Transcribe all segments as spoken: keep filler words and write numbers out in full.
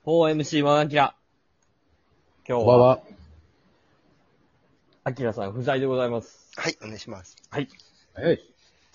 フォーエムシーワン アキラ。今日こんばんは、 は。 アキラさん不在でございます。 はい、お願いします。 はい。 はい。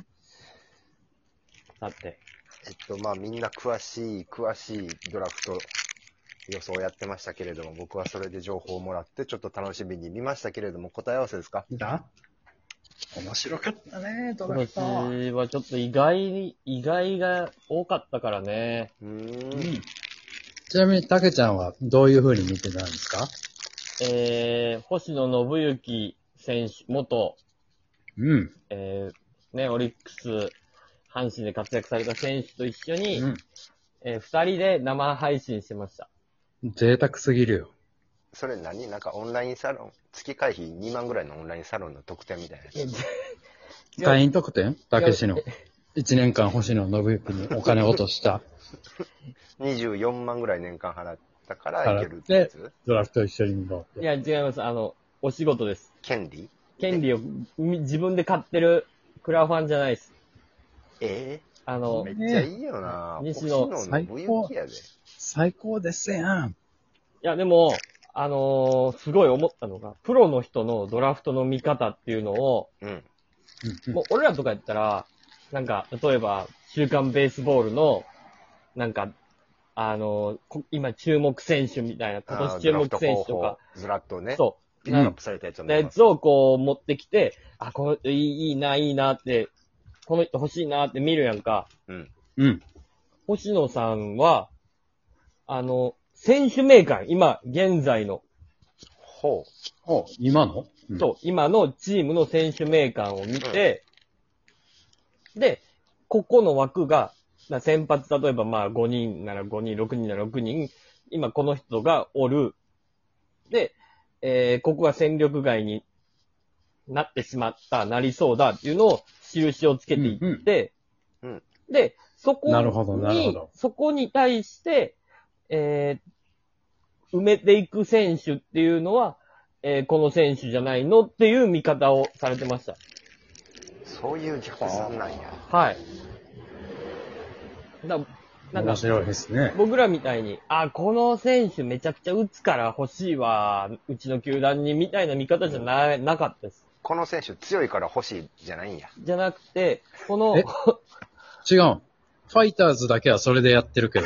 さて。 えっと、まあ、みんな詳しい、詳しいドラフト予想をやってましたけれども、僕はそれで情報をもらって、ちょっと楽しみに見ましたけれども、答え合わせですか？ 見た？面白かったね、ド今ラフト。 年はちょっと意外に、意外が多かったからね。 うーん。 うん。ちなみに、たけちゃんはどういう風に見てたんですか？ えー、星野信之選手、元、 うん。 えー、ね、オリックス、阪神で活躍された選手と一緒に、 うん。 えー、二人で生配信してました。 贅沢すぎるよ。 それ何なんかオンラインサロン、月会費にまんぐらいのオンラインサロンの特典みたいなやつ。 会員特典たけしの。いちねんかん星野信之にお金を落とした。 にじゅうよんまんぐらい年間払ったからいけるってやつ？ ドラフト一緒に見ろって。 いや、違います。あの、お仕事です。 権利？ 権利をみ自分で買ってるクラファンじゃないです。 えあの、 えめっちゃいいよな。 西野星野信之やで。 最高ですやん。 いや、でも、あのーすごい思ったのが、プロの人のドラフトの見方っていうのを、 うん。 うん。 もう俺らとかやったら、なんか、例えば、週刊ベースボールの、なんか、あのーこ今注目選手みたいな、今年注目選手とか、 ずらっとね。 そう、 ピックアップされたやつを見ますやつをこう持ってきて、あ、この人いい、いいな、いいなって、この人欲しいなって見るやんか。 うん。 うん。 星野さんは、あの、選手名鑑、今、現在の、 ほお、今の？うんそう、今のチームの選手名鑑を見て、で、ここの枠が、な先発、例えばまあごにんならごにん、ろくにんならろくにん、今この人がおる。で、えー、ここが戦力外になってしまった、なりそうだっていうのを印をつけていって、 うんうんで、そこに、 なるほどなるほどそこに対して、えー、埋めていく選手っていうのは、えー、この選手じゃないのっていう見方をされてました。 う。そういう逆算なんや。 はい。だなんか面白いですね。 僕らみたいに、あ、この選手めちゃくちゃ打つから欲しいわ、うちの球団にみたいな見方じゃな、なかったです。 この選手強いから欲しいじゃないんや。 じゃなくて、このえ、違う。ファイターズだけはそれでやってるけど。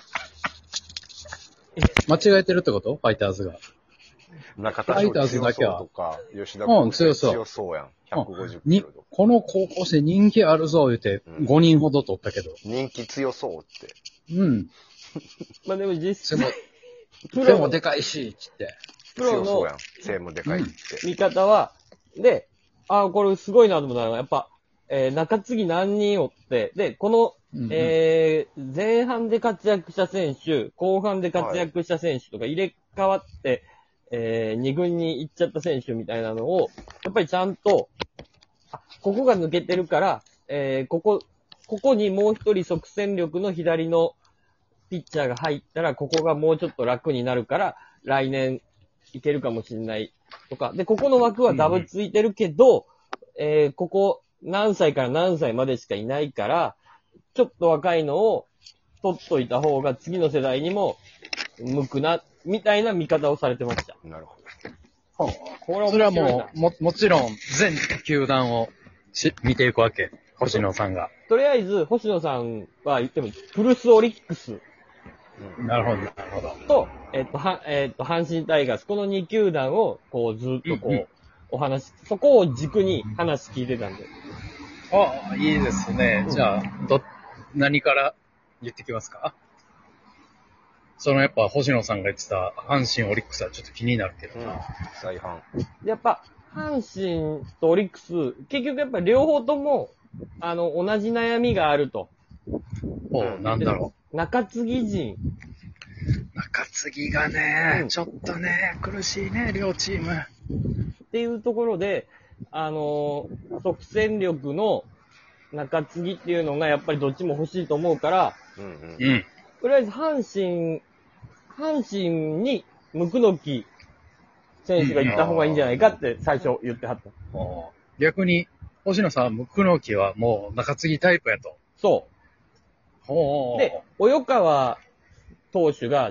間違えてるってこと？ファイターズが。 中田ファイターズ翔強だけはそうとか、吉田うん康強そう強そうやん。ひゃくごじゅっキにロとか。 この高校生人気あるぞ言うてうんごにんほど取ったけど。 人気強そうって。 うん。 まあでも実背も際、、プ背ロのもでかいし、つって。 プロの強そうやん。背もでかいって。 見方は、で、あ、これすごいなと思ったのが、やっぱ、えー、中継ぎ何人おって、で、この、 うんうんえー、前半で活躍した選手、後半で活躍した選手とか入れ替わって、えー、二軍に行っちゃった選手みたいなのを、やっぱりちゃんと、あ、ここが抜けてるから、えー、ここ、ここにもう一人即戦力の左のピッチャーが入ったら、ここがもうちょっと楽になるから、来年いけるかもしれないとか。で、ここの枠はダブついてるけど、えー、ここ何歳から何歳までしかいないから、ちょっと若いのを取っといた方が次の世代にも向くな、みたいな見方をされてました。 なるほほうこれそれは面白いなもう、も、もちろん、全球団をし見ていくわけ。星野さんが。 とりあえず、星野さんは言っても、プルスオリックスなるほど、なるほど。 と、えっと、は、えっと、阪神タイガース、このに球団を、こう、ずっとこう、 うんうんお話、そこを軸に話聞いてたんで。 あ、いいですね。じゃあ、ど、何から言ってきますか？そのやっぱ星野さんが言ってた阪神オリックスはちょっと気になるけどど。うんな。。 再販。 やっぱ、阪神とオリックス、結局やっぱ両方とも、あの、同じ悩みがあると。 おう、なんだろ中継ぎ陣。 う。中継ぎがね、 うんちょっとね、苦しいね、両チーム。 っていうところで、あのー、即戦力の中継ぎっていうのがやっぱりどっちも欲しいと思うから、 うんうん。 うん。 とりあえず阪神、阪神に向くのき選手が行った方がいいんじゃないかって最初言ってはった。 逆に、星野さん、ムクノキはもう中継ぎタイプやと。 そほう。で、及川投手がぜ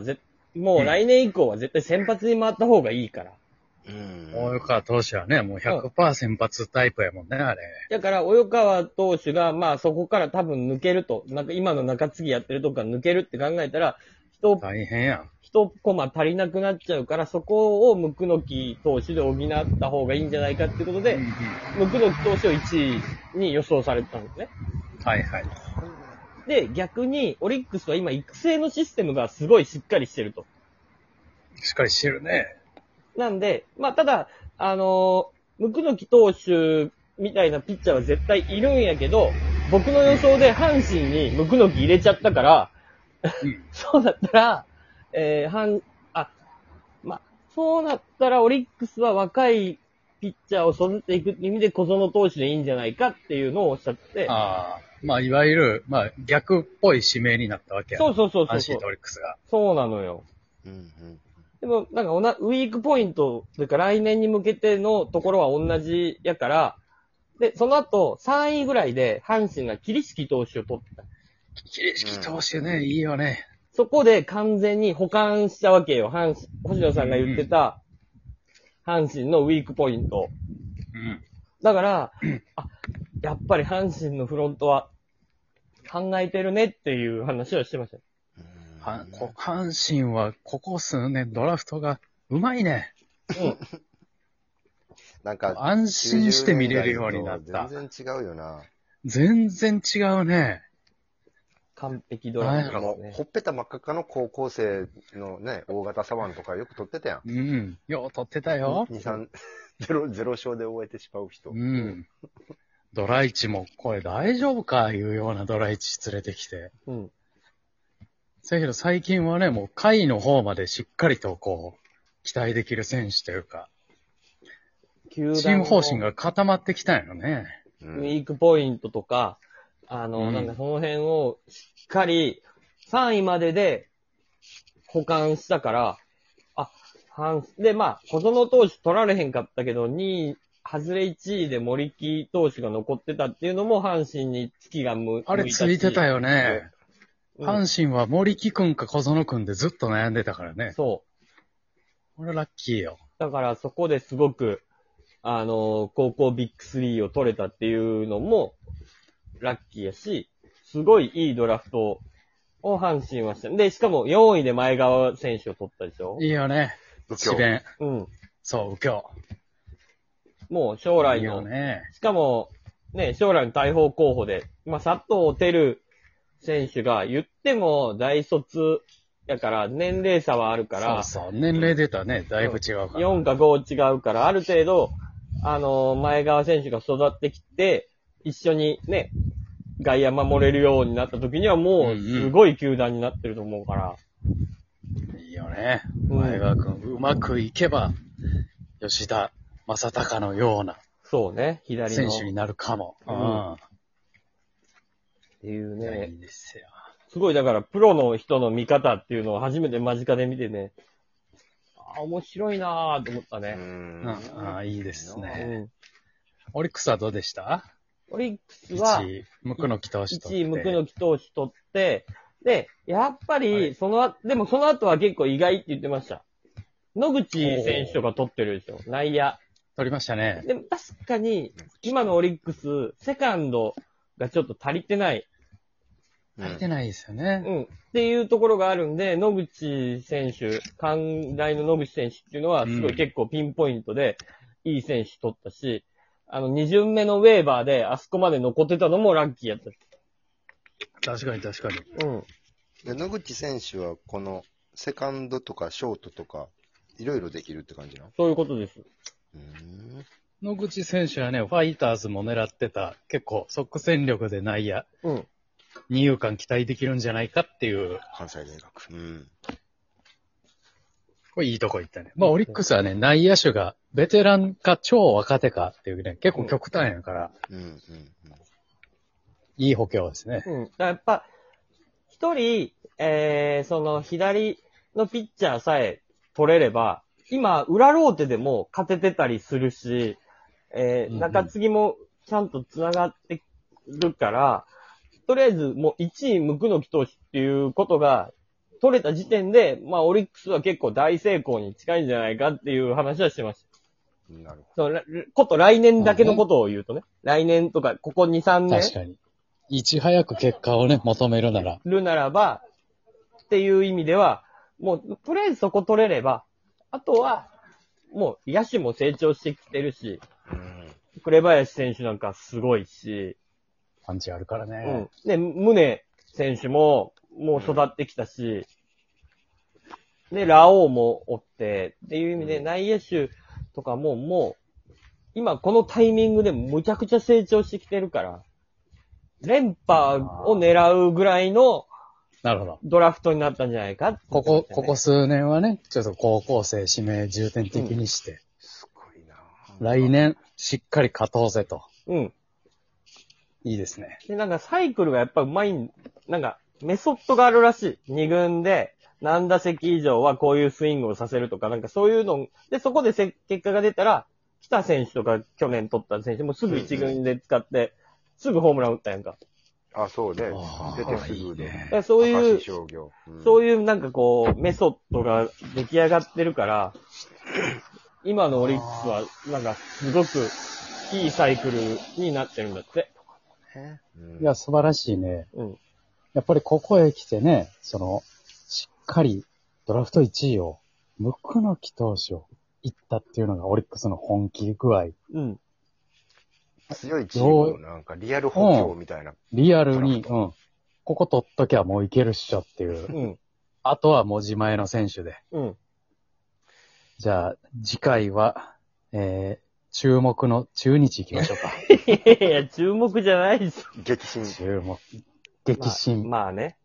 もう来年以降は絶対先発に回った方がいいから。 うん。 大川投手はね、もう ひゃくパーセント 先発タイプやもんね、あれ。 だから、及川投手が、まあそこから多分抜けると、なんか今の中継ぎやってるとこから抜けるって考えたら、人、 大変やん。 一コマ足りなくなっちゃうから、そこをムクノキ投手で補った方がいいんじゃないかっていうことで、 うんうんムクノキ投手をいちいに予想されてたんですね。 はいはい。 で、逆に、オリックスは今育成のシステムがすごいしっかりしてると。 しっかりしてるね。 なんで、まあ、ただ、あのー、ムクノキ投手みたいなピッチャーは絶対いるんやけど、僕の予想で阪神にムクノキ入れちゃったから、 うん。 そうだったら、えー、阪、あ、まあ、そうなったらオリックスは若いピッチャーを育てていくって意味で小園投手でいいんじゃないかっていうのをおっしゃって、 ああ。まあ、いわゆる、まあ、逆っぽい指名になったわけや。 そうそうそうそうそう阪神とオリックスが。 そうなのよ。 うんうん。 でも、なんかおな、ウィークポイントというか来年に向けてのところは同じやから、で、その後、さんいぐらいで阪神が桐敷投手を取った。 桐敷投手ね、いいよね。 そこで完全に保管したわけよ。阪神、星野さんが言ってた、阪神のウィークポイント。 うん。 だから、あ、やっぱり阪神のフロントは考えてるねっていう話をしてました。 はこ阪神はここ数年ドラフトがうまいね。 うん。 なんか、 安心して見れるようになった。 全然違うよな。 全然違うね。 完璧ドラフトもう、 ですね。 ほっぺた真っ赤っかの高校生のね、大型左腕とかよく取ってたやん。 うん。よう取ってたよ。 に、さん、ゼロ、ゼロ勝で終えてしまう人。 うん。ドライチも、これ大丈夫かいうようなドライチ連れてきて。 うん。 せやけど最近はね、もう下位の方までしっかりとこう、期待できる選手というか、 球チーム方針が固まってきたんやろね。 うんウィークポイントとか、あの、 うんなんかその辺をしっかりさんいまでで保管したから、あ、阪で、まあ、小園投手取られへんかったけど、にい、外れいちいで森木投手が残ってたっていうのも阪神に月が向いたし。 あれついてたよね。 うん阪神は森木くんか小園くんでずっと悩んでたからね。 そう。 これラッキーよ。 だからそこですごく、あの、高校ビッグスリーを取れたっていうのも、ラッキーやし、すごいいいドラフトを阪神はした。で、しかもよんいで前川選手を取ったでしょ。 いいよね。 右京智弁。 うん。 そう、右京。 もう将来いいよの、 ね。 しかも、ね、将来の大砲候補で、まあ、佐藤輝選手が言っても大卒やから、年齢差はあるから、 そうそう。年齢出たね、だいぶ違うから。 よんかご違うから、ある程度、あの、前川選手が育ってきて、一緒にね、外野守れるようになった時にはもう、すごい球団になってると思うから。 いいよね。 うん前川くん、うまくいけば、吉田正尚のようなそうね、左の。 選手になるかも。 ううんん。 っていういやいねい。ですよ。 すごい、だから、プロの人の見方っていうのを初めて間近で見てね、ああ、面白いなぁと思ったうね。 うん、 ん。 ああ、いいですうね。 ん。 オリックスはどうでしたオリックスは、 ?いちい、ムクノキ投手とって。 いちい、ムクノキ投手取って、で、やっぱはり、 いその後、でもその後は結構意外って言ってました。野口選手とか取ってるでしょ、内野。 取りましたね。 でも確かに、今のオリックス、セカンドがちょっと足りてない。 足りてないですよね。 うん。っていうところがあるんで、野口選手、寛大の野口選手っていうのは、すごい結構ピンポイントで、いい選手取ったし、あの、二巡目のウェーバーで、あそこまで残ってたのもラッキーやったし。 確かに確かに。 うん。 で野口選手はこのセカンドとかショートとか、いろいろできるって感じなの？ そういうことです。 うーん。 野口選手はね、ファイターズも狙ってた、結構即戦力で内野、 うん。 二遊間期待できるんじゃないかっていう、 関西大学。うん。 これいいとこ行ったね。まあ、オリックスはね、内野手がベテランか超若手かっていうね、結構極端やから、 うんうんうん。 いい補強ですね。 うん。だからやっぱ、一人、えー、その、左のピッチャーさえ取れれば、今、裏ローテでも勝ててたりするし、えー、 うんうん中継ぎもちゃんと繋がってるから、とりあえずもういちい無垢の投手っていうことが、 取れた時点で、まあオリックスは結構大成功に近いんじゃないかっていう話はしてました。 なるほそう、こと来年だけのことを言うとね。来年とか、ここに、さんねん。 確かに。いち早く結果をね、求めるなら。 るならば、っていう意味では、もう、とりあえずそこ取れれば、あとは、もう、野手も成長してきてるし、 ど。うん。 紅林選手なんかすごいし、 パンチあるからうね。 ん。で、宗選手も、もう育ってきたし、で、ラオウもおって、っていう意味で内野手とかももう、今このタイミングでむちゃくちゃ成長してきてるから、連覇を狙うぐらいのなるほど。 ドラフトになったんじゃないかって、 ここ、ここ数年はね、ちょっと高校生指名重点的にして、 すごいな。 来年しっかり勝とうぜと。 うん。 いいですね。 で、なんかサイクルがやっぱうまいん、なんかメソッドがあるらしい。二軍で何打席以上はこういうスイングをさせるとか、なんかそういうの、で、そこでせ結果が出たら、北選手とか去年取った選手もすぐ一軍で使って、すぐホームラン打ったやんか。 あ、そうねあ。ー出てすぐで。 いいねだからそういう明石、商業。うんそういうなんかこう、メソッドが出来上がってるから、今のオリックスは、なんかすごくいいサイクルになってるんだって。 うんいや、素晴らしいね。 うん。 やっぱりここへ来てね、その、しっかりドラフトいちいを、無垢の木投手を行ったっていうのがオリックスの本気具合。 うん。 強いチームのなんかリアル補強みたいな。 リアルに、うん。ここ取っときゃもういけるっしょっていう。 うん。 あとは文字前の選手で。 うん。 じゃあ、次回は、えー、注目の中日行きましょうか。 いやいや、注目じゃないです。 激震。 注目。激震。 まあ、まあね。